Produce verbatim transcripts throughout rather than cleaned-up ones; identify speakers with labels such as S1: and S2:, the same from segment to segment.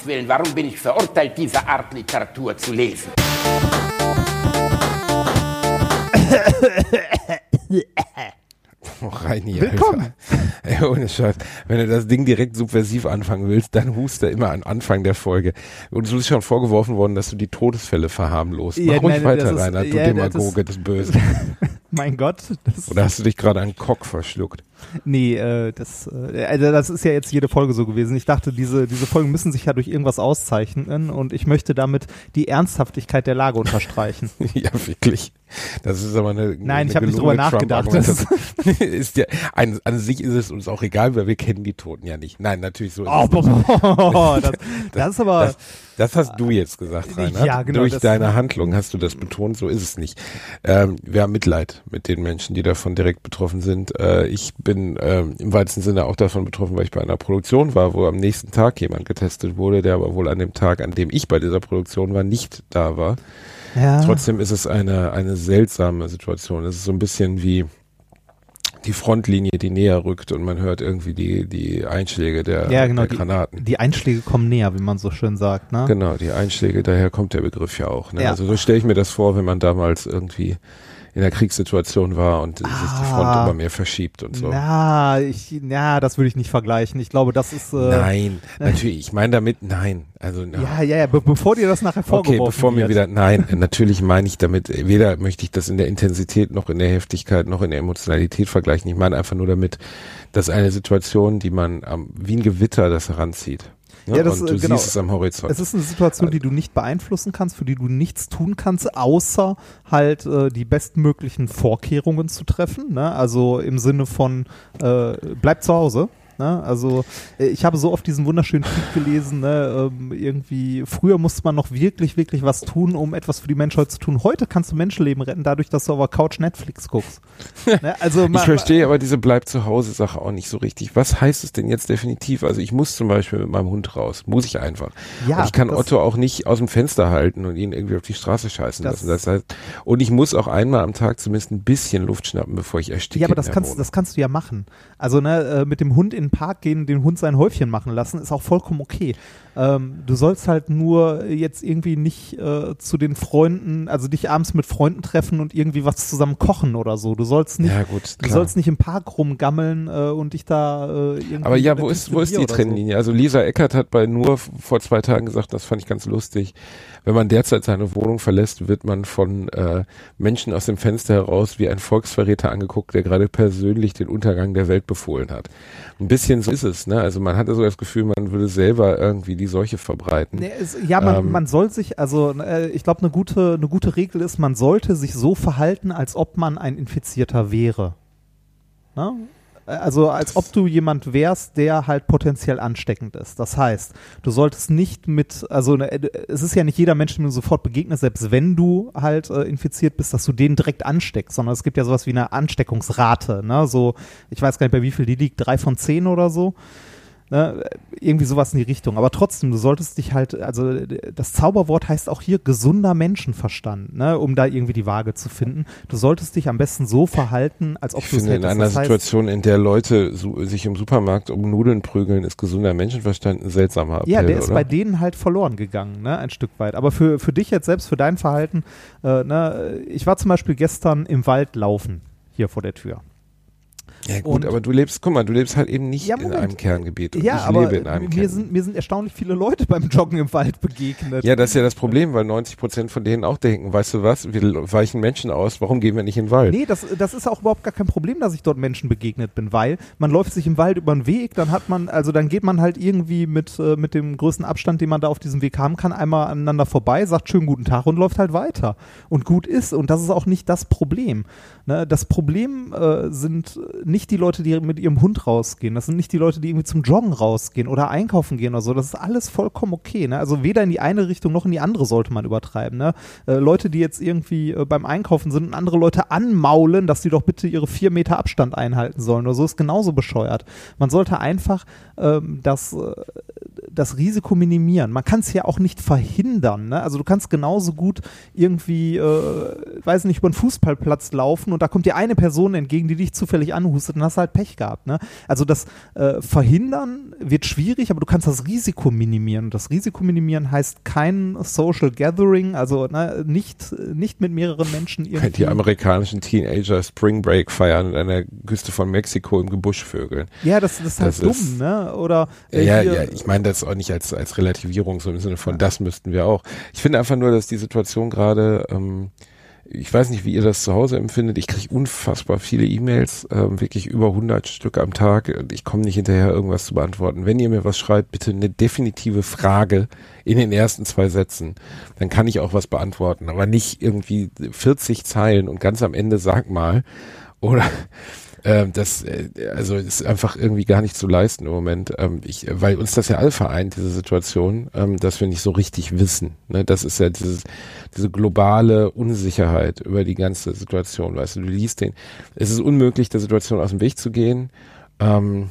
S1: Gottes Willen, warum bin ich verurteilt, diese Art Literatur zu lesen?
S2: Oh, Reini,
S3: willkommen.
S2: Ey, ohne Scheiß. Wenn du das Ding direkt subversiv anfangen willst, dann huste immer am Anfang der Folge. Und du bist schon vorgeworfen worden, dass du die Todesfälle verharmlost.
S3: Ja,
S2: Mach ruhig
S3: nein,
S2: weiter,
S3: ist,
S2: Rainer, du
S3: ja,
S2: Demagoge
S3: das
S2: des Bösen.
S3: Mein Gott. Das
S2: Oder hast du dich gerade an Kock verschluckt?
S3: Nee, äh, das, äh, also das ist ja jetzt jede Folge so gewesen. Ich dachte, diese, diese Folgen müssen sich ja durch irgendwas auszeichnen und ich möchte damit die Ernsthaftigkeit der Lage unterstreichen.
S2: Ja, wirklich. Das ist aber eine
S3: Nein,
S2: eine
S3: ich habe nicht drüber nachgedacht. Das
S2: ist ja, an, an sich ist es uns auch egal, weil wir kennen die Toten ja nicht. Nein, natürlich so ist
S3: oh,
S2: es
S3: boah,
S2: nicht.
S3: boah, das, das ist aber...
S2: Das, das hast du jetzt gesagt, Rainer.
S3: Ja, genau,
S2: Durch
S3: das-
S2: deine Handlung hast du das betont, so ist es nicht. Ähm, wir haben Mitleid mit den Menschen, die davon direkt betroffen sind. Äh, ich bin ähm, im weitesten Sinne auch davon betroffen, weil ich bei einer Produktion war, wo am nächsten Tag jemand getestet wurde, der aber wohl an dem Tag, an dem ich bei dieser Produktion war, nicht da war.
S3: Ja.
S2: Trotzdem ist es eine, eine seltsame Situation. Es ist so ein bisschen wie die Frontlinie, die näher rückt und man hört irgendwie die, die Einschläge der,
S3: Ja, genau,
S2: der
S3: die-
S2: Granaten.
S3: Die Einschläge kommen näher, wie man so schön sagt, ne?
S2: Genau, die Einschläge, daher kommt der Begriff ja auch. Ne?
S3: Ja.
S2: Also so stelle ich mir das vor, wenn man damals irgendwie in der Kriegssituation war und sich die Front
S3: Ah.
S2: immer mehr verschiebt und so.
S3: Na, ich, na, das würde ich nicht vergleichen. Ich glaube, das ist... Äh,
S2: Nein, natürlich, ich meine damit, nein. Also, na.
S3: Ja, ja, ja, be bevor dir das nachher vorgeworfen
S2: Okay, bevor mir
S3: wird.
S2: wieder, nein, natürlich meine ich damit, weder möchte ich das in der Intensität noch in der Heftigkeit noch in der Emotionalität vergleichen. Ich meine einfach nur damit, dass eine Situation, die man am, wie ein Gewitter das heranzieht. Ne?
S3: Ja, das,
S2: und du
S3: äh, genau.
S2: siehst es am Horizont.
S3: Es ist eine Situation, die du nicht beeinflussen kannst, für die du nichts tun kannst, außer halt äh, die bestmöglichen Vorkehrungen zu treffen. Ne? Also im Sinne von äh, bleib zu Hause. Ne? Also äh, ich habe so oft diesen wunderschönen Tweet gelesen, ne? ähm, irgendwie früher musste man noch wirklich, wirklich was tun, um etwas für die Menschheit zu tun. Heute kannst du Menschenleben retten, dadurch, dass du auf der Couch Netflix guckst. Ne? Also
S2: Ich verstehe aber diese Bleib-zu-Hause-Sache auch nicht so richtig. Was heißt es denn jetzt definitiv? Also ich muss zum Beispiel mit meinem Hund raus. Muss ich einfach.
S3: Ja,
S2: und ich kann
S3: das-
S2: Otto auch nicht aus dem Fenster halten und ihn irgendwie auf die Straße scheißen
S3: Das-
S2: lassen. Das heißt, und ich muss auch einmal am Tag zumindest ein bisschen Luft schnappen, bevor ich ersticke.
S3: Ja, aber
S2: in
S3: das
S2: der
S3: kannst,
S2: Wohnung.
S3: das kannst du ja machen. Also ne, äh, mit dem Hund in den Park gehen, den Hund sein Häufchen machen lassen, ist auch vollkommen okay. Ähm, du sollst halt nur jetzt irgendwie nicht äh, zu den Freunden, also dich abends mit Freunden treffen und irgendwie was zusammen kochen oder so. Du sollst nicht,
S2: Ja, gut,
S3: du
S2: klar.
S3: sollst nicht im Park rumgammeln äh, und dich da äh, irgendwie.
S2: Aber ja,
S3: mit
S2: wo
S3: der
S2: ist,
S3: Kiste
S2: wo ist
S3: Bier
S2: die
S3: oder so.
S2: Trennlinie? Also Lisa Eckert hat bei Nur f- vor zwei Tagen gesagt, das fand ich ganz lustig. Wenn man derzeit seine Wohnung verlässt, wird man von äh, Menschen aus dem Fenster heraus wie ein Volksverräter angeguckt, der gerade persönlich den Untergang der Welt befohlen hat. Ein bisschen so ist es, ne? Also man hatte so das Gefühl, man würde selber irgendwie die Seuche verbreiten.
S3: Nee, es, ja, man,
S2: Ähm,
S3: man soll sich, also äh, ich glaube, eine gute, eine gute Regel ist, man sollte sich so verhalten, als ob man ein Infizierter wäre. Ne? Also als ob du jemand wärst, der halt potenziell ansteckend ist. Das heißt, du solltest nicht mit, also ne, es ist ja nicht jeder Mensch, dem du sofort begegnest, selbst wenn du halt äh, infiziert bist, dass du den direkt ansteckst, sondern es gibt ja sowas wie eine Ansteckungsrate. Ne? So, ich weiß gar nicht, bei wie viel die liegt, drei von zehn oder so. Ne, irgendwie sowas in die Richtung. Aber trotzdem, du solltest dich halt, also das Zauberwort heißt auch hier gesunder Menschenverstand, ne, um da irgendwie die Waage zu finden. Du solltest dich am besten so verhalten, als ob
S2: Ich
S3: du es
S2: finde, in
S3: hättest.
S2: einer
S3: Das heißt,
S2: Situation, in der Leute so, sich im Supermarkt um Nudeln prügeln, ist gesunder Menschenverstand ein seltsamer Appell,
S3: ja, der ist
S2: oder?
S3: bei denen halt verloren gegangen, ne, ein Stück weit. Aber für, für dich jetzt selbst, für dein Verhalten, äh, ne, ich war zum Beispiel gestern im Wald laufen, hier vor der Tür.
S2: Ja gut,
S3: Und-
S2: aber du lebst, guck mal, du lebst halt eben nicht
S3: Ja,
S2: in
S3: Moment.
S2: einem Kerngebiet und
S3: Ja,
S2: ich
S3: aber
S2: lebe in einem
S3: mir
S2: Kerngebiet.
S3: sind, mir sind erstaunlich viele Leute beim Joggen im Wald begegnet.
S2: Ja, das ist ja das Problem, weil neunzig Prozent von denen auch denken, weißt du was, wir weichen Menschen aus, warum gehen wir nicht in den Wald?
S3: Nee, das, das ist auch überhaupt gar kein Problem, dass ich dort Menschen begegnet bin, weil man läuft sich im Wald über den Weg, dann hat man, also dann geht man halt irgendwie mit, äh, mit dem größten Abstand, den man da auf diesem Weg haben kann, einmal aneinander vorbei, sagt schönen guten Tag und läuft halt weiter. Und gut ist. Und das ist auch nicht das Problem. Ne? Das Problem äh, sind nicht die Leute, die mit ihrem Hund rausgehen. Das sind nicht die Leute, die irgendwie zum Joggen rausgehen oder einkaufen gehen oder so. Das ist alles vollkommen okay. Ne? Also weder in die eine Richtung noch in die andere sollte man übertreiben. Ne? Äh, Leute, die jetzt irgendwie äh, beim Einkaufen sind und andere Leute anmaulen, dass die doch bitte ihre vier Meter Abstand einhalten sollen oder so, ist genauso bescheuert. Man sollte einfach ähm, das, äh, das Risiko minimieren. Man kann es ja auch nicht verhindern. Ne? Also du kannst genauso gut irgendwie, äh, weiß nicht, über den Fußballplatz laufen und da kommt dir eine Person entgegen, die dich zufällig anhustet und hast halt Pech gehabt. Ne? Also das äh, Verhindern wird schwierig, aber du kannst das Risiko minimieren. Und das Risiko minimieren heißt kein Social Gathering, also ne, nicht, nicht mit mehreren Menschen irgendwie.
S2: Die amerikanischen Teenager Spring Break feiern an der Küste von Mexiko im Gebusch vögeln.
S3: Ja, das, das ist halt
S2: das
S3: dumm,
S2: ist,
S3: ne? Oder äh,
S2: ja,
S3: hier,
S2: ja, ich meine das auch nicht als, als Relativierung, so im Sinne von, das müssten wir auch. Ich finde einfach nur, dass die Situation gerade, ähm, ich weiß nicht, wie ihr das zu Hause empfindet, ich kriege unfassbar viele E-Mails, ähm, wirklich über hundert Stück am Tag. Ich komme nicht hinterher, irgendwas zu beantworten. Wenn ihr mir was schreibt, bitte eine definitive Frage in den ersten zwei Sätzen. Dann kann ich auch was beantworten, aber nicht irgendwie vierzig Zeilen und ganz am Ende sag mal. Oder ähm, das, äh, also ist einfach irgendwie gar nicht zu leisten im Moment, ähm, ich, weil uns das ja alle vereint, diese Situation, ähm, dass wir nicht so richtig wissen. Ne? Das ist ja dieses, diese globale Unsicherheit über die ganze Situation. Weißt du, du liest den, es ist unmöglich, der Situation aus dem Weg zu gehen. Ähm,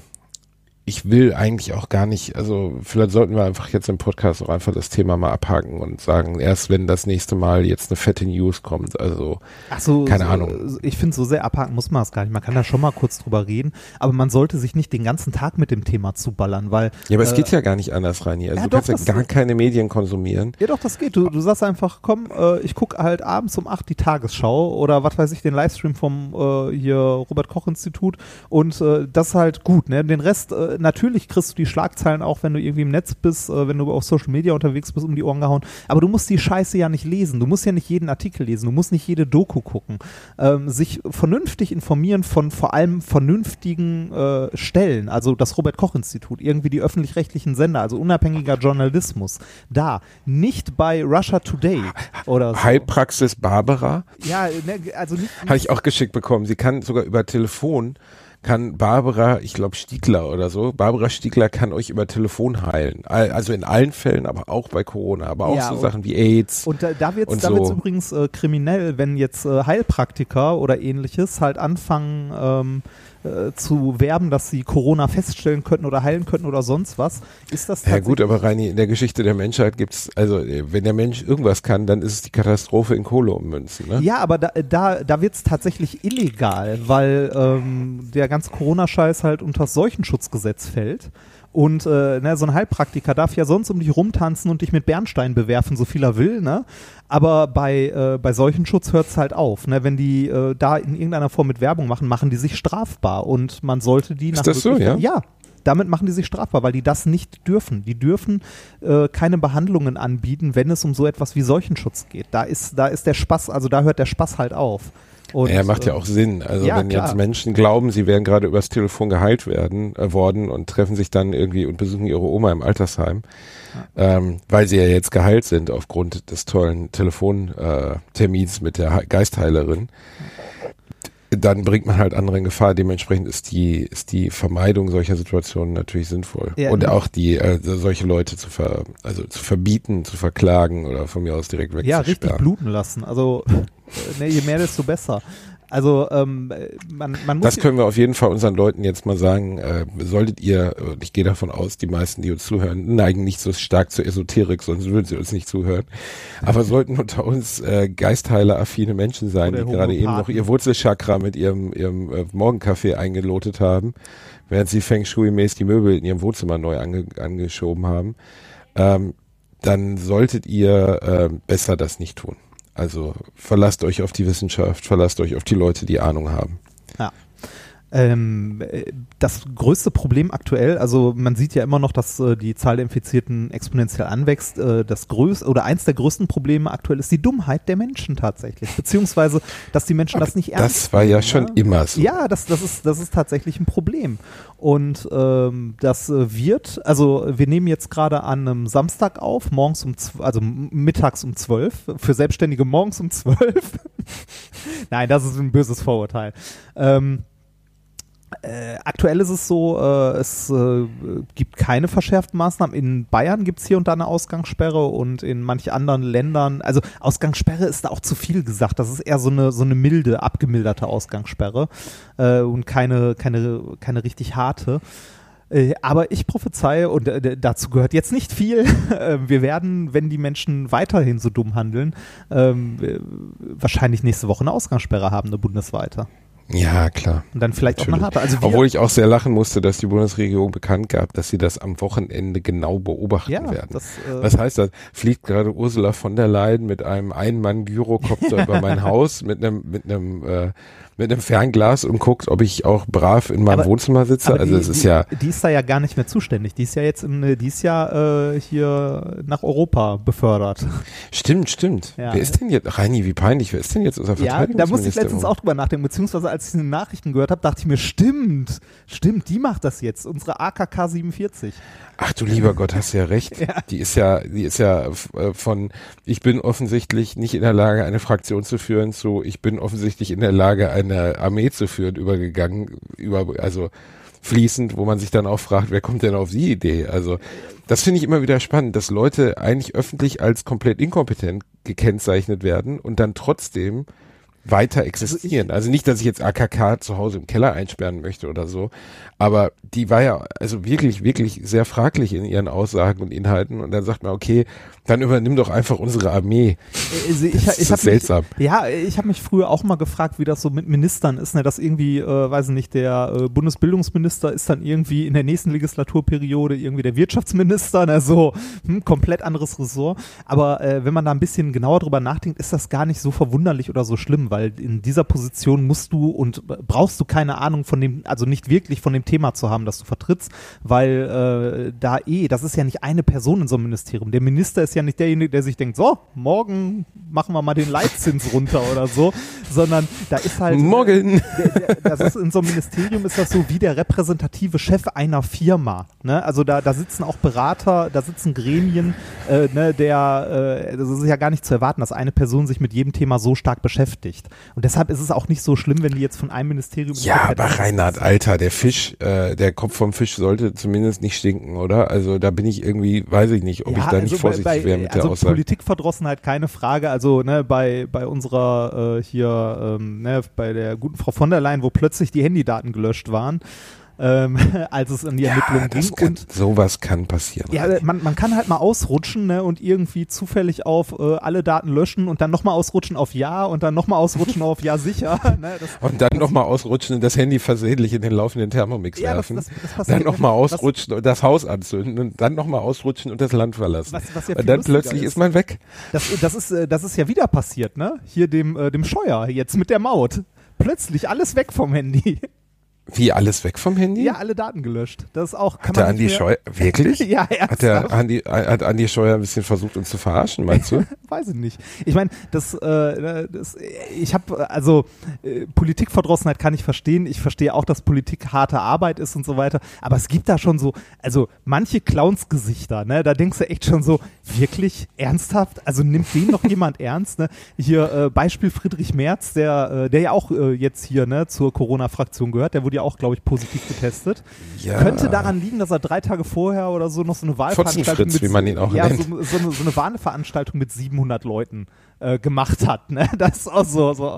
S2: ich will eigentlich auch gar nicht, also vielleicht sollten wir einfach jetzt im Podcast auch einfach das Thema mal abhaken und sagen, erst wenn das nächste Mal jetzt eine fette News kommt, also
S3: Ach so,
S2: keine
S3: so,
S2: Ahnung.
S3: Ich finde, so sehr abhaken muss man es gar nicht. Man kann da schon mal kurz drüber reden, aber man sollte sich nicht den ganzen Tag mit dem Thema zuballern, weil...
S2: Ja, aber es
S3: äh,
S2: geht ja gar nicht anders, Reini. Also
S3: ja,
S2: du
S3: doch,
S2: kannst ja gar keine Medien konsumieren.
S3: Ja doch, das geht. Du, du sagst einfach, komm, äh, ich gucke halt abends um acht die Tagesschau oder was weiß ich, den Livestream vom äh, hier Robert-Koch-Institut und äh, das ist halt gut. Ne? Den Rest, äh, natürlich kriegst du die Schlagzeilen auch, wenn du irgendwie im Netz bist, äh, wenn du auf Social Media unterwegs bist, um die Ohren gehauen. Aber du musst die Scheiße ja nicht lesen. Du musst ja nicht jeden Artikel lesen. Du musst nicht jede Doku gucken. Ähm, sich vernünftig informieren von vor allem vernünftigen äh, Stellen. Also das Robert-Koch-Institut, irgendwie die öffentlich-rechtlichen Sender, also unabhängiger Journalismus. Da. Nicht bei Russia Today oder so.
S2: Heilpraxis Barbara.
S3: Ja, ne, also nicht.
S2: Habe ich auch geschickt bekommen. Sie kann sogar über Telefon, kann Barbara, ich glaube Stiegler oder so, Barbara Stiegler kann euch über Telefon heilen. Also in allen Fällen, aber auch bei Corona, aber auch
S3: Ja,
S2: so
S3: und-
S2: Sachen wie AIDS.
S3: Und da, da wird es
S2: und
S3: da wird's
S2: so.
S3: übrigens äh, kriminell, wenn jetzt äh, Heilpraktiker oder ähnliches halt anfangen ähm, äh, zu werben, dass sie Corona feststellen könnten oder heilen könnten oder sonst was. Ist das
S2: Ja
S3: tatsächlich...
S2: gut, aber Reini, in der Geschichte der Menschheit gibt's, also äh, wenn der Mensch irgendwas kann, dann ist es die Katastrophe in Kohle ummünzen. Ne?
S3: Ja, aber da, da, da wird es tatsächlich illegal, weil ähm, der ganze Corona-Scheiß halt unter das Seuchenschutzgesetz fällt. Und äh, ne, so ein Heilpraktiker darf ja sonst um dich rumtanzen und dich mit Bernstein bewerfen, so viel er will, ne? Aber bei, äh, bei Seuchenschutz hört es halt auf. Ne? Wenn die äh, da in irgendeiner Form mit Werbung machen, machen die sich strafbar und man sollte die
S2: Ist
S3: nach
S2: das so,
S3: Möglichkeit-
S2: ja?
S3: Ja. Damit machen die sich strafbar, weil die das nicht dürfen. Die dürfen äh, keine Behandlungen anbieten, wenn es um so etwas wie Seuchenschutz geht. Da ist, da ist der Spaß, also da hört der Spaß halt auf. Und,
S2: Ja, macht ja
S3: äh,
S2: auch Sinn. Also
S3: ja,
S2: wenn
S3: klar.
S2: jetzt Menschen glauben, sie wären gerade übers Telefon geheilt werden äh, worden und treffen sich dann irgendwie und besuchen ihre Oma im Altersheim, ähm, weil sie ja jetzt geheilt sind aufgrund des tollen Telefontermins äh, mit der He- Geistheilerin, dann bringt man halt andere in Gefahr. Dementsprechend ist die ist die Vermeidung solcher Situationen natürlich sinnvoll.
S3: Ja,
S2: und
S3: ne-
S2: auch die äh, solche Leute zu ver, also zu verbieten, zu verklagen oder von mir aus direkt
S3: Ja, richtig
S2: wegzusperren.
S3: bluten lassen. Also äh, ne, je mehr, desto besser. Also ähm, man, man muss...
S2: Das können wir auf jeden Fall unseren Leuten jetzt mal sagen. Äh, solltet ihr, und ich gehe davon aus, die meisten, die uns zuhören, neigen nicht so stark zur Esoterik, sonst würden sie uns nicht zuhören. Aber sollten unter uns äh, geistheiler-affine Menschen sein,
S3: Oder
S2: die gerade eben noch
S3: Homöopathen.
S2: ihr Wurzelchakra mit ihrem, ihrem äh, Morgenkaffee eingelotet haben, während sie Feng Shui-mäßig die Möbel in ihrem Wohnzimmer neu ange, angeschoben haben, ähm, dann solltet ihr äh, besser das nicht tun. Also verlasst euch auf die Wissenschaft, verlasst euch auf die Leute, die Ahnung haben.
S3: Ja. Ähm, äh, das größte Problem aktuell, also man sieht ja immer noch, dass äh, die Zahl der Infizierten exponentiell anwächst. Äh, das größte oder eins der größten Probleme aktuell ist die Dummheit der Menschen tatsächlich, beziehungsweise, dass die Menschen das nicht ernst
S2: Das war ja
S3: nehmen,
S2: schon
S3: ne?
S2: immer so.
S3: Ja, das, das, ist, das ist tatsächlich ein Problem. Und ähm, das äh, wird, also wir nehmen jetzt gerade an einem Samstag auf, morgens um, zw- also m- mittags um zwölf, für Selbstständige morgens um zwölf. Nein, das ist ein böses Vorurteil. Ähm, Äh, aktuell ist es so, äh, es äh, gibt keine verschärften Maßnahmen. In Bayern gibt es hier und da eine Ausgangssperre und in manch anderen Ländern, also Ausgangssperre ist da auch zu viel gesagt. Das ist eher so eine so eine milde, abgemilderte Ausgangssperre äh, und keine keine keine richtig harte. Äh, aber ich prophezeie, und äh, dazu gehört jetzt nicht viel, äh, wir werden, wenn die Menschen weiterhin so dumm handeln, ähm, äh, wahrscheinlich nächste Woche eine Ausgangssperre haben, eine bundesweite.
S2: Ja, klar.
S3: Und dann vielleicht Natürlich. auch eine harte. Also wir,
S2: Obwohl ich auch sehr lachen musste, dass die Bundesregierung bekannt gab, dass sie das am Wochenende genau beobachten ja, werden. Das, äh, Was heißt das? Fliegt gerade Ursula von der Leyen mit einem Ein-Mann-Gyrokopter über mein Haus mit einem mit einem äh, mit einem Fernglas und guckt, ob ich auch brav in meinem
S3: aber,
S2: Wohnzimmer sitze.
S3: Aber
S2: also
S3: die,
S2: es ist
S3: die,
S2: ja.
S3: Die ist da ja gar nicht mehr zuständig. Die ist ja jetzt in, die ist ja äh, hier nach Europa befördert.
S2: Stimmt, stimmt. Ja. Wer ist denn jetzt, Reini, wie peinlich, wer ist denn jetzt unser Verteidigungsminister?
S3: Ja, da musste ich letztens auch drüber nachdenken, beziehungsweise als ich in den Nachrichten gehört habe, dachte ich mir, stimmt, stimmt, die macht das jetzt, unsere A K K siebenundvierzig.
S2: Ach du lieber Gott, hast ja recht. Ja. Die ist ja, die ist ja von, ich bin offensichtlich nicht in der Lage, eine Fraktion zu führen, zu, ich bin offensichtlich in der Lage, eine Armee zu führen, übergegangen, über, also fließend, wo man sich dann auch fragt, wer kommt denn auf die Idee? Also, das finde ich immer wieder spannend, dass Leute eigentlich öffentlich als komplett inkompetent gekennzeichnet werden und dann trotzdem weiter existieren. Also nicht, dass ich jetzt A K K zu Hause im Keller einsperren möchte oder so, aber die war ja also wirklich, wirklich sehr fraglich in ihren Aussagen und Inhalten und dann sagt man, okay, dann übernimm doch einfach unsere Armee.
S3: Also ich,
S2: das
S3: ich
S2: ist seltsam.
S3: Mich, ja, ich habe mich früher auch mal gefragt, wie das so mit Ministern ist, ne, dass irgendwie, äh, weiß ich nicht, der äh, Bundesbildungsminister ist dann irgendwie in der nächsten Legislaturperiode irgendwie der Wirtschaftsminister, ne, so hm, komplett anderes Ressort, aber äh, wenn man da ein bisschen genauer drüber nachdenkt, ist das gar nicht so verwunderlich oder so schlimm, weil in dieser Position musst du und brauchst du keine Ahnung von dem, also nicht wirklich von dem Thema zu haben, das du vertrittst, weil äh, da eh, das ist ja nicht eine Person in so einem Ministerium. Der Minister ist ja nicht derjenige, der sich denkt, so, morgen machen wir mal den Leitzins runter oder so, sondern da ist halt
S2: morgen.
S3: Der, der, das ist in so einem Ministerium ist das so wie der repräsentative Chef einer Firma. Ne? Also da, da sitzen auch Berater, da sitzen Gremien, äh, ne, der, äh, das ist ja gar nicht zu erwarten, dass eine Person sich mit jedem Thema so stark beschäftigt. Und deshalb ist es auch nicht so schlimm, wenn die jetzt von einem Ministerium...
S2: Ja, aber Reinhard, Alter, der Fisch, äh, der Kopf vom Fisch sollte zumindest nicht stinken, oder? Also da bin ich irgendwie, weiß ich nicht, ob ja, ich da also nicht vorsichtig bei, bei, wäre mit
S3: also
S2: der Aussage.
S3: Politikverdrossenheit, keine Frage. Also ne, bei, bei unserer äh, hier, ähm, ne, bei der guten Frau von der Leyen, wo plötzlich die Handydaten gelöscht waren, Ähm, als es in die Ermittlungen
S2: ja,
S3: ging.
S2: Kann,
S3: und
S2: sowas kann passieren.
S3: Ja, man, man kann halt mal ausrutschen, ne, und irgendwie zufällig auf äh, alle Daten löschen und dann nochmal ausrutschen auf Ja und dann nochmal ausrutschen auf Ja sicher. Ne, das,
S2: und dann nochmal ausrutschen und das Handy versehentlich in den laufenden Thermomix
S3: ja,
S2: werfen.
S3: Das, das, das dann
S2: nochmal ausrutschen was, und das Haus anzünden und dann nochmal ausrutschen und das Land verlassen. Was, was ja und dann plötzlich ist. ist man weg.
S3: Das, das, ist, das ist ja wieder passiert, ne? Hier dem, äh, dem Scheuer, jetzt mit der Maut. Plötzlich alles weg vom Handy.
S2: Wie, alles weg vom Handy?
S3: Ja, alle Daten gelöst. Das ist auch, kann
S2: hat der
S3: man
S2: Andi Scheuer, wirklich?
S3: Ja, ernsthaft?
S2: Hat der Andi, hat Andi Scheuer ein bisschen versucht, uns zu verarschen, meinst du?
S3: Weiß ich nicht. Ich meine, das, äh, das, ich habe, also, äh, Politikverdrossenheit kann ich verstehen. Ich verstehe auch, dass Politik harte Arbeit ist und so weiter. Aber es gibt da schon so, also, manche Clownsgesichter, ne, da denkst du echt schon so, wirklich? Ernsthaft? Also, nimmt den noch jemand ernst, ne? Hier, äh, Beispiel Friedrich Merz, der, äh, der ja auch äh, jetzt hier, ne, zur Corona-Fraktion gehört, der wurde ja auch, glaube ich, positiv getestet. Ja. Könnte daran liegen, dass er drei Tage vorher oder so noch so eine Wahlveranstaltung mit,
S2: wie man ihn auch
S3: ja,
S2: nennt.
S3: So, so, eine, so eine Wahlveranstaltung mit siebenhundert Leuten äh, gemacht hat. Ne? Das ist auch so, so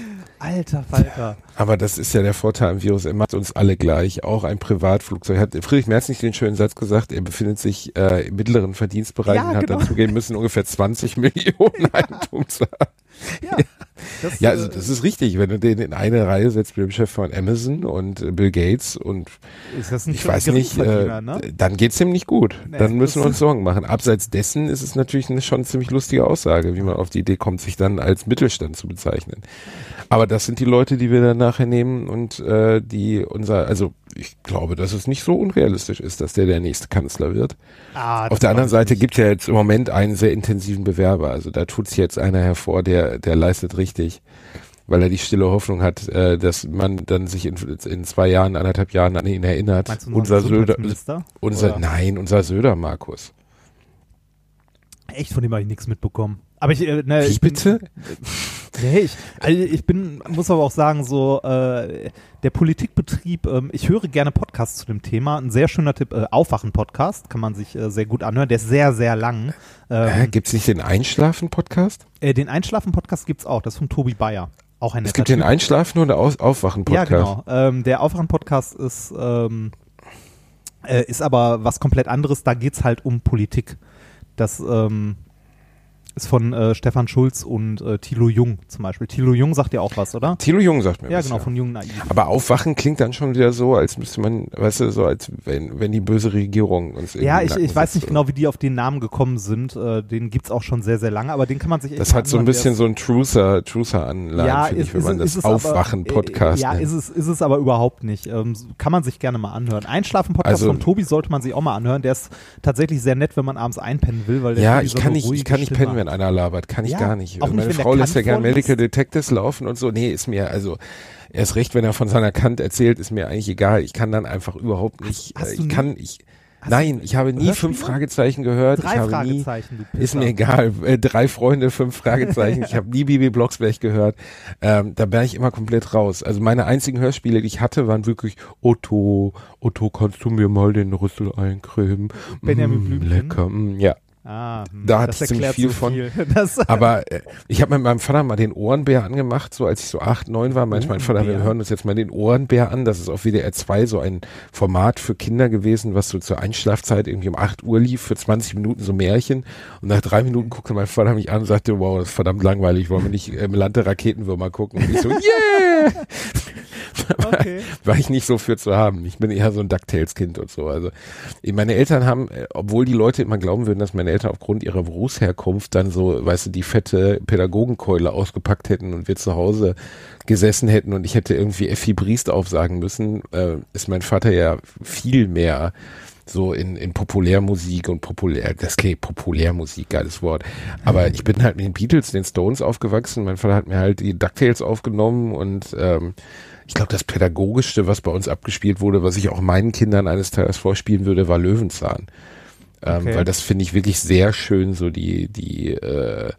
S3: alter Falter.
S2: Aber das ist ja der Vorteil am Virus, er macht uns alle gleich. Auch ein Privatflugzeug. Hat Friedrich Merz nicht den schönen Satz gesagt, er befindet sich äh, im mittleren Verdienstbereich ja, und hat genau. dann zugeben müssen, ungefähr zwanzig Millionen Eigentum zu haben. Ja, das, ja, also das ist richtig. Wenn du den in eine Reihe setzt mit dem Chef von Amazon und äh, Bill Gates und
S3: ist das ein
S2: ich weiß nicht, äh, ne? dann geht's ihm nicht gut. Nee, dann müssen wir uns Sorgen machen. Abseits dessen ist es natürlich eine schon ziemlich lustige Aussage, wie man auf die Idee kommt, sich dann als Mittelstand zu bezeichnen. Aber das sind die Leute, die wir dann nachher nehmen und äh, die unser, also ich glaube, dass es nicht so unrealistisch ist, dass der der nächste Kanzler wird. Ah, auf der anderen Seite gibt es ja jetzt im Moment einen sehr intensiven Bewerber. Also da tut sich jetzt einer hervor, der der leistet richtig, weil er die stille Hoffnung hat, äh, dass man dann sich in, in zwei Jahren, anderthalb Jahren an ihn erinnert.
S3: Meinst du
S2: unser Söder, unser
S3: oder?
S2: Nein, unser Söder Markus.
S3: Echt, von dem habe ich nichts mitbekommen. Aber ich, äh, ne,
S2: Wie
S3: ich bin,
S2: bitte?
S3: Nee, ich, also ich bin, muss aber auch sagen, so äh, der Politikbetrieb, ähm, ich höre gerne Podcasts zu dem Thema. Ein sehr schöner Tipp, äh, Aufwachen-Podcast, kann man sich äh, sehr gut anhören. Der ist sehr, sehr lang. Ähm,
S2: äh, gibt's nicht den Einschlafen-Podcast?
S3: Äh, den Einschlafen-Podcast gibt's auch, das ist von Tobi Bayer. Auch ein
S2: es gibt den Einschlafen- oder Aus- Aufwachen-Podcast?
S3: Ja, genau. Ähm, der Aufwachen-Podcast ist ähm, Äh, ist aber was komplett anderes, da geht's halt um Politik. Das ähm, ist von äh, Stefan Schulz und äh, Thilo Jung zum Beispiel. Thilo Jung sagt ja auch was, oder?
S2: Thilo Jung sagt mir
S3: Ja,
S2: was.
S3: genau, von Jung Naiv.
S2: Aber Aufwachen klingt dann schon wieder so, als müsste man, weißt du, so als wenn, wenn die böse Regierung uns irgendwie
S3: Ja, ich,
S2: nacken
S3: ich weiß
S2: sitzt,
S3: nicht genau, wie die auf den Namen gekommen sind. Äh, den gibt's auch schon sehr, sehr lange, aber den kann man sich echt
S2: Das hat so ein
S3: anhören,
S2: bisschen
S3: der
S2: so ein Truther, Truther-Anleihen,
S3: ja,
S2: finde ich, wenn
S3: ist,
S2: man
S3: ist
S2: das
S3: es aber,
S2: Aufwachen-Podcast
S3: äh, Ja,
S2: nennt.
S3: ist es, ist es aber überhaupt nicht. Ähm, kann man sich gerne mal anhören. Einschlafen-Podcast
S2: Also-
S3: von Tobi sollte man sich auch mal anhören. Der ist tatsächlich sehr nett, wenn man abends einpennen will, weil der
S2: Ja,
S3: irgendwie
S2: ich
S3: so
S2: kann
S3: eine
S2: nicht, ich
S3: ruhige
S2: kann nicht
S3: Stimme
S2: pennen,
S3: hat.
S2: wenn einer labert. Kann ich
S3: Ja,
S2: gar nicht.
S3: auch
S2: Also
S3: nicht,
S2: meine
S3: wenn der
S2: Frau lässt ja
S3: Kant
S2: gerne
S3: vorliest.
S2: Medical Detectives laufen und so. Nee, ist mir, also erst recht, wenn er von seiner Kant erzählt, ist mir eigentlich egal. Ich kann dann einfach überhaupt nicht,
S3: Hast- hast
S2: äh,
S3: du
S2: ich
S3: nie-
S2: kann, ich,
S3: hast
S2: nein,
S3: du
S2: ich habe nie
S3: Hörspiele?
S2: fünf Fragezeichen gehört.
S3: Drei
S2: ich habe
S3: Fragezeichen, du
S2: nie, ist
S3: Pisser.
S2: mir egal. Äh, drei Freunde, fünf Fragezeichen. Ich habe nie Bibi Blocksberg gehört. Ähm, da wäre ich immer komplett raus. Also meine einzigen Hörspiele, die ich hatte, waren wirklich Otto, Otto, kannst du mir mal den Rüssel eincremen?
S3: Benjamin
S2: Mm,
S3: Blümchen?
S2: lecker, mm, ja.
S3: Ah, hm,
S2: Da hatte
S3: das
S2: ich ziemlich
S3: erklärt
S2: viel
S3: so
S2: von.
S3: viel. Das,
S2: Aber äh, ich habe mit meinem Vater mal den Ohrenbär angemacht, so als ich so acht, neun war. Meinte mein Vater, wir
S3: Ohrenbär?
S2: hören uns jetzt mal den Ohrenbär an. Das ist auf W D R zwei so ein Format für Kinder gewesen, was so zur Einschlafzeit irgendwie um acht Uhr lief, für zwanzig Minuten so Märchen. Und nach drei Minuten guckte mein Vater mich an und sagte, wow, das ist verdammt langweilig, wollen wir nicht im Land der Raketenwürmer gucken? Und ich so, yeah!
S3: okay.
S2: War ich nicht so für zu haben. Ich bin eher so ein DuckTales-Kind und so. Also meine Eltern haben, äh, obwohl die Leute immer glauben würden, dass meine Eltern aufgrund ihrer Berufsherkunft dann so, weißt du, die fette Pädagogenkeule ausgepackt hätten und wir zu Hause gesessen hätten und ich hätte irgendwie Effi Briest aufsagen müssen, äh, ist mein Vater ja viel mehr so in, in Populärmusik und populär, das klingt Populärmusik, geiles Wort. Aber ich bin halt mit den Beatles, den Stones aufgewachsen. Mein Vater hat mir halt die DuckTales aufgenommen und ähm, ich glaube, das Pädagogischste, was bei uns abgespielt wurde, was ich auch meinen Kindern eines Tages vorspielen würde, war Löwenzahn. Ähm,
S3: Okay.
S2: weil das finde ich wirklich sehr schön, so die, die äh,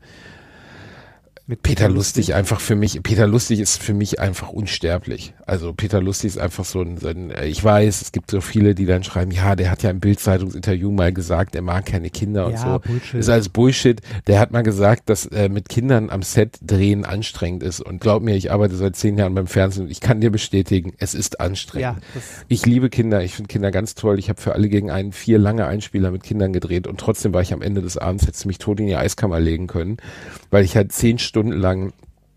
S3: Mit
S2: Peter Lustig einfach für mich, Peter Lustig ist für mich einfach unsterblich. Also Peter Lustig ist einfach so ein, so ein, ich weiß, es gibt so viele, die dann schreiben, ja, der hat ja im Bild-Zeitungsinterview mal gesagt, er mag keine Kinder und
S3: Ja,
S2: so.
S3: Bullshit.
S2: Ist alles Bullshit. Der hat mal gesagt, dass äh, mit Kindern am Set drehen anstrengend ist. Und glaub mir, ich arbeite seit zehn Jahren beim Fernsehen und ich kann dir bestätigen, es ist anstrengend.
S3: Ja, das,
S2: Ich liebe Kinder, ich finde Kinder ganz toll. Ich habe für alle gegen einen vier lange Einspieler mit Kindern gedreht und trotzdem war ich am Ende des Abends, hätte mich tot in die Eiskammer legen können, weil ich halt zehn Stunden lang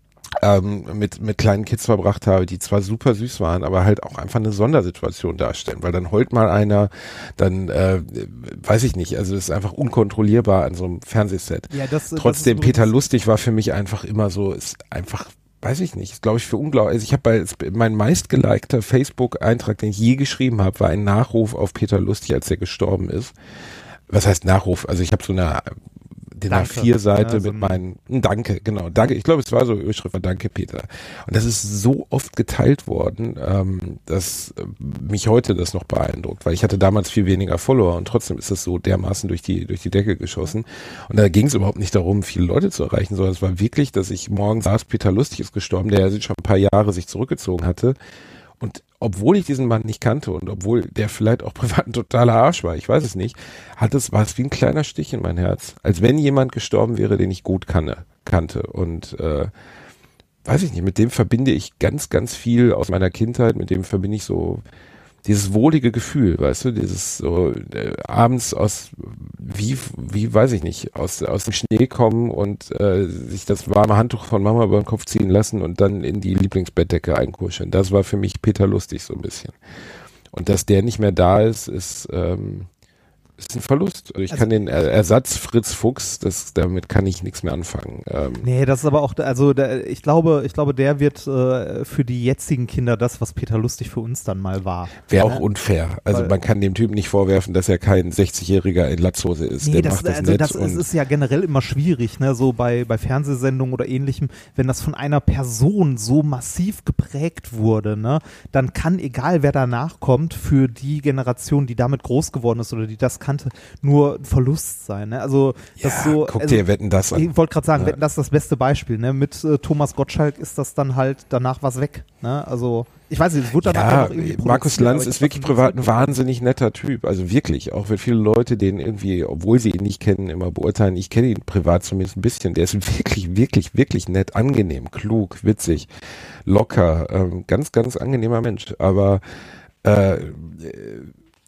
S2: ähm, mit mit kleinen Kids verbracht habe, die zwar super süß waren, aber halt auch einfach eine Sondersituation darstellen, weil dann heult mal einer, dann äh, weiß ich nicht, also es ist einfach unkontrollierbar an so einem Fernsehset.
S3: ja, das,
S2: Trotzdem,
S3: das ist
S2: Peter
S3: übrigens-
S2: Lustig war für mich einfach immer so, ist einfach, weiß ich nicht, ist glaube ich für unglaublich, also ich habe bei, mein meistgelikter Facebook-Eintrag, den ich je geschrieben habe, war ein Nachruf auf Peter Lustig, als er gestorben ist. Was heißt Nachruf? Also ich habe so eine D I N A
S3: Danke.
S2: vier Seite
S3: Ja, so
S2: mit
S3: ein-
S2: meinen, ein Danke, genau, Danke, ich glaube es war so Überschrift, war Danke Peter. Und das ist so oft geteilt worden, ähm, dass äh, mich heute das noch beeindruckt, weil ich hatte damals viel weniger Follower und trotzdem ist das so dermaßen durch die durch die Decke geschossen. Und da ging es überhaupt nicht darum, viele Leute zu erreichen, sondern es war wirklich, dass ich morgens saß, Peter Lustig ist gestorben, der ja schon ein paar Jahre sich zurückgezogen hatte. Und obwohl ich diesen Mann nicht kannte und obwohl der vielleicht auch privat ein totaler Arsch war, ich weiß es nicht, hat es, war es wie ein kleiner Stich in mein Herz. Als wenn jemand gestorben wäre, den ich gut kanne, kannte. Und äh, weiß ich nicht, mit dem verbinde ich ganz, ganz viel aus meiner Kindheit, mit dem verbinde ich so dieses wohlige Gefühl, weißt du, dieses so äh, abends aus, wie, wie weiß ich nicht, aus, aus dem Schnee kommen und äh, sich das warme Handtuch von Mama über den Kopf ziehen lassen und dann in die Lieblingsbettdecke einkuscheln. Das war für mich Peter Lustig so ein bisschen. Und dass der nicht mehr da ist, ist, ähm, ist ein Verlust. Also ich
S3: Also-
S2: kann den er Ersatz Fritz Fuchs, das, damit kann ich nichts mehr anfangen. Ähm,
S3: Nee, das ist aber auch, also der, ich glaube, ich glaube, der wird äh, für die jetzigen Kinder das, was Peter Lustig für uns dann mal war.
S2: Wäre
S3: Ja.
S2: auch unfair. Also
S3: Weil-
S2: man kann dem Typen nicht vorwerfen, dass er kein sechzigjähriger in Latzhose ist.
S3: Nee,
S2: Der
S3: das,
S2: macht das
S3: also
S2: nett
S3: das ist,
S2: und
S3: ist ja generell immer schwierig, ne, so bei, bei Fernsehsendungen oder ähnlichem, wenn das von einer Person so massiv geprägt wurde, ne, dann kann, egal wer danach kommt, für die Generation, die damit groß geworden ist oder die das kannte, nur ein Verlust sein, ne, also das
S2: ja,
S3: so,
S2: guck
S3: also,
S2: dir Wetten das an.
S3: ich wollte gerade sagen,
S2: Ja.
S3: Wetten, das ist das beste Beispiel, ne, mit äh, Thomas Gottschalk ist das dann halt, danach was weg, ne, also, ich weiß nicht, es wurde dann
S2: Ja,
S3: einfach noch irgendwie
S2: Markus
S3: produziert,
S2: Lanz
S3: aber
S2: ist
S3: ich
S2: wirklich
S3: fand das
S2: privat ein
S3: mit-
S2: wahnsinnig netter Typ. Also wirklich, auch wenn viele Leute den irgendwie, obwohl sie ihn nicht kennen, immer beurteilen. Ich kenne ihn privat zumindest ein bisschen. Der ist wirklich, wirklich, wirklich nett, angenehm, klug, witzig, locker, ähm, ganz, ganz angenehmer Mensch. Aber äh,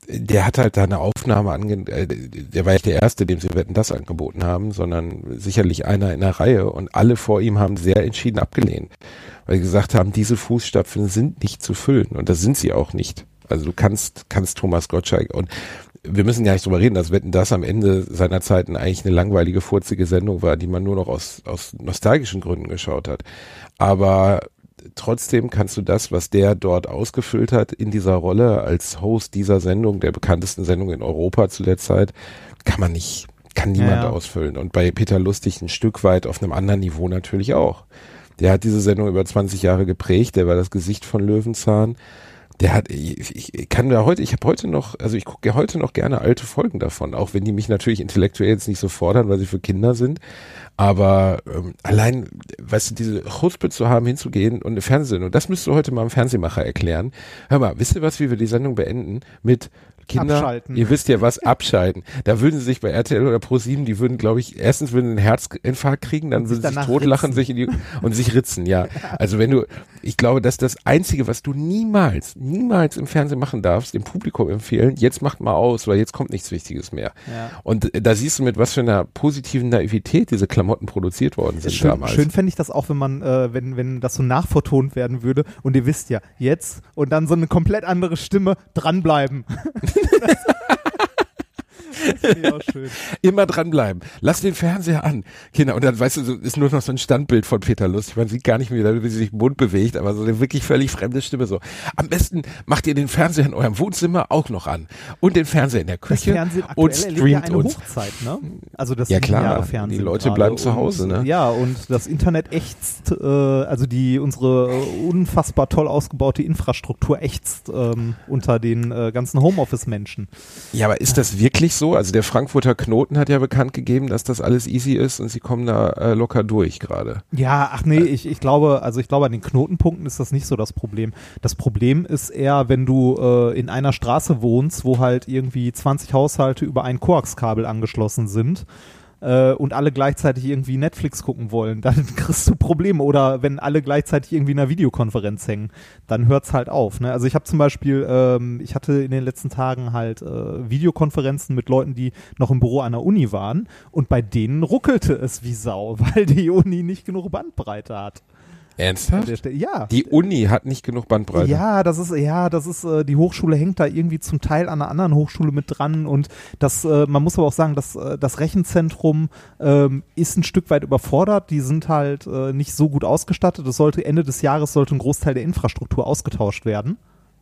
S2: der hat halt da eine Aufnahme ange, äh, der war nicht der Erste, dem sie Wetten, das angeboten haben, sondern sicherlich einer in der Reihe und alle vor ihm haben sehr entschieden abgelehnt, weil sie gesagt haben, diese Fußstapfen sind nicht zu füllen und das sind sie auch nicht. Also du kannst, kannst Thomas Gottschalk und wir müssen gar nicht drüber reden, dass Wetten, das am Ende seiner Zeiten eigentlich eine langweilige, furzige Sendung war, die man nur noch aus, aus nostalgischen Gründen geschaut hat. Aber trotzdem kannst du das, was der dort ausgefüllt hat in dieser Rolle als Host dieser Sendung, der bekanntesten Sendung in Europa zu der Zeit, kann man nicht, kann niemand ja. ausfüllen. Und bei Peter Lustig ein Stück weit auf einem anderen Niveau natürlich auch. Der hat diese Sendung über zwanzig Jahre geprägt, der war das Gesicht von Löwenzahn. Der hat, ich, ich kann da heute, ich habe heute noch, also ich gucke ja heute noch gerne alte Folgen davon, auch wenn die mich natürlich intellektuell jetzt nicht so fordern, weil sie für Kinder sind. Aber ähm, allein, weißt du, diese Chutzpe zu haben, hinzugehen und eine Fernsehsendung, das müsstest du heute mal einem Fernsehmacher erklären. Hör mal, wisst ihr was, wie wir die Sendung beenden? Mit Kinder, abschalten. Ihr wisst ja was, abschalten. Da würden sie sich bei R T L oder ProSieben, die würden, glaube ich, erstens würden einen Herzinfarkt kriegen, dann würden sie sich totlachen sich in die, und sich ritzen, ja. Also wenn du, ich glaube, dass das Einzige, was du niemals, niemals im Fernsehen machen darfst, dem Publikum empfehlen, jetzt macht mal aus, weil jetzt kommt nichts Wichtiges mehr. Ja. Und da siehst du, mit was für einer positiven Naivität diese Klamotten produziert worden sind
S3: schön,
S2: damals.
S3: Schön fände ich das auch, wenn man, äh, wenn, wenn das so nachvertont werden würde und ihr wisst ja, jetzt und dann so eine komplett andere Stimme, dranbleiben. Das finde ich auch schön.
S2: Immer dranbleiben. Lass den Fernseher an. Kinder, und dann, weißt du, so, ist nur noch so ein Standbild von Peter Lustig. Man sieht gar nicht mehr, wie sie sich im Mund bewegt, aber so eine wirklich völlig fremde Stimme so. Am besten macht ihr den Fernseher in eurem Wohnzimmer auch noch an. Und den Fernseher in der Küche und streamt ja eine
S3: uns. Hochzeit, ne? Also das
S2: ja klar, Fernsehen die Leute bleiben zu Hause, ne?
S3: Ja, und das Internet ächzt, äh, also die unsere unfassbar toll ausgebaute Infrastruktur ächzt ähm, unter den äh, ganzen Homeoffice-Menschen.
S2: Ja, aber ist das wirklich so? Also der Frankfurter Knoten hat ja bekannt gegeben, dass das alles easy ist und sie kommen da äh, locker durch gerade.
S3: Ja, ach nee, ich, ich glaube, also ich glaube, an den Knotenpunkten ist das nicht so das Problem. Das Problem ist eher, wenn du äh, in einer Straße wohnst, wo halt irgendwie zwanzig Haushalte über ein Koaxkabel angeschlossen sind äh, und alle gleichzeitig irgendwie Netflix gucken wollen, dann kriegst du Probleme. Oder wenn alle gleichzeitig irgendwie in einer Videokonferenz hängen, dann hört's halt auf. Ne? Also ich habe zum Beispiel, ähm, ich hatte in den letzten Tagen halt äh, Videokonferenzen mit Leuten, die noch im Büro an der Uni waren und bei denen ruckelte es wie Sau, weil die Uni nicht genug Bandbreite hat.
S2: Ernsthaft?
S3: Ja.
S2: Die Uni hat nicht genug Bandbreite.
S3: Ja, das ist, ja, das ist, äh, die Hochschule hängt da irgendwie zum Teil an einer anderen Hochschule mit dran und das, äh, man muss aber auch sagen, dass äh, das Rechenzentrum ähm, ist ein Stück weit überfordert. Die sind halt äh, nicht so gut ausgestattet. Es sollte Ende des Jahres sollte ein Großteil der Infrastruktur ausgetauscht werden.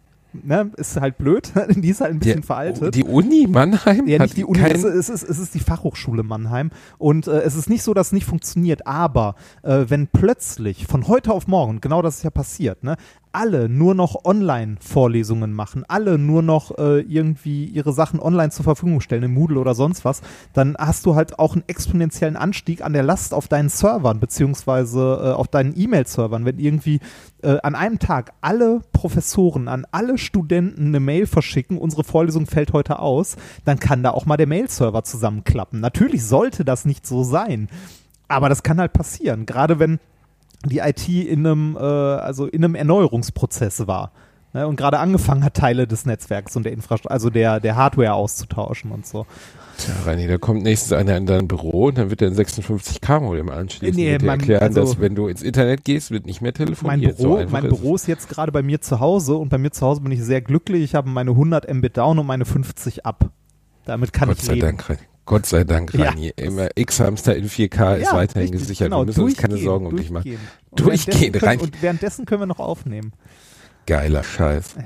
S3: Ne, ist halt blöd, die ist halt ein bisschen
S2: die,
S3: veraltet.
S2: Die Uni Mannheim?
S3: Ja,
S2: hat
S3: nicht die Uni,
S2: kein
S3: es ist, es, ist, es ist die Fachhochschule Mannheim und äh, es ist nicht so, dass es nicht funktioniert, aber äh, wenn plötzlich von heute auf morgen, genau das ist ja passiert, ne, alle nur noch Online-Vorlesungen machen, alle nur noch äh, irgendwie ihre Sachen online zur Verfügung stellen, im Moodle oder sonst was, dann hast du halt auch einen exponentiellen Anstieg an der Last auf deinen Servern, beziehungsweise äh, auf deinen E-Mail-Servern. Wenn irgendwie äh, an einem Tag alle Professoren an alle Studenten eine Mail verschicken, unsere Vorlesung fällt heute aus, dann kann da auch mal der Mail-Server zusammenklappen. Natürlich sollte das nicht so sein, aber das kann halt passieren, gerade wenn die I T in einem, äh, also in einem Erneuerungsprozess war, ne, und gerade angefangen hat, Teile des Netzwerks und der Infrastruktur, also der, der Hardware auszutauschen und so.
S2: Tja, Reini, da kommt nächstens einer in dein Büro und dann wird er ein sechsundfünfzig K Modem anschließen.
S3: Nee,
S2: und dir
S3: mein,
S2: erklären,
S3: also,
S2: dass wenn du ins Internet gehst, wird nicht mehr telefoniert.
S3: Mein Büro,
S2: so
S3: mein
S2: ist
S3: Büro ist jetzt gerade bei mir zu Hause und bei mir zu Hause bin ich sehr glücklich. Ich habe meine hundert Mbit down und meine fünfzig up. Damit kann
S2: Gott
S3: ich
S2: sei
S3: leben.
S2: Dank, Reini. Gott sei Dank, Reini. Ja, immer X-Hamster in vier K ist
S3: ja,
S2: weiterhin
S3: richtig,
S2: gesichert.
S3: Genau,
S2: wir müssen uns keine Sorgen um dich machen.
S3: Und
S2: Durchgehen,
S3: währenddessen
S2: rein.
S3: können, und währenddessen können wir noch aufnehmen.
S2: Geiler Scheiß.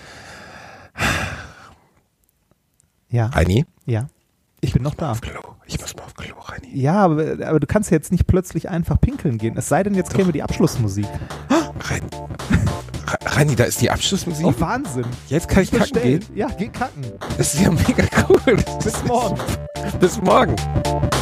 S3: Ja. Ja.
S2: Reini?
S3: Ja. Ich bin noch da.
S2: Auf Klo. Ich muss mal auf Klo, Reini.
S3: Ja, aber, aber du kannst jetzt nicht plötzlich einfach pinkeln gehen. Es sei denn, jetzt
S2: Doch.
S3: käme die Abschlussmusik.
S2: Reini. Reini, da ist die Abschlussmusik.
S3: Oh, Wahnsinn.
S2: Jetzt kann ich kacken
S3: Bestellen.
S2: gehen.
S3: Ja, geh kacken.
S2: Das ist ja mega cool.
S3: Bis morgen.
S2: Bis morgen.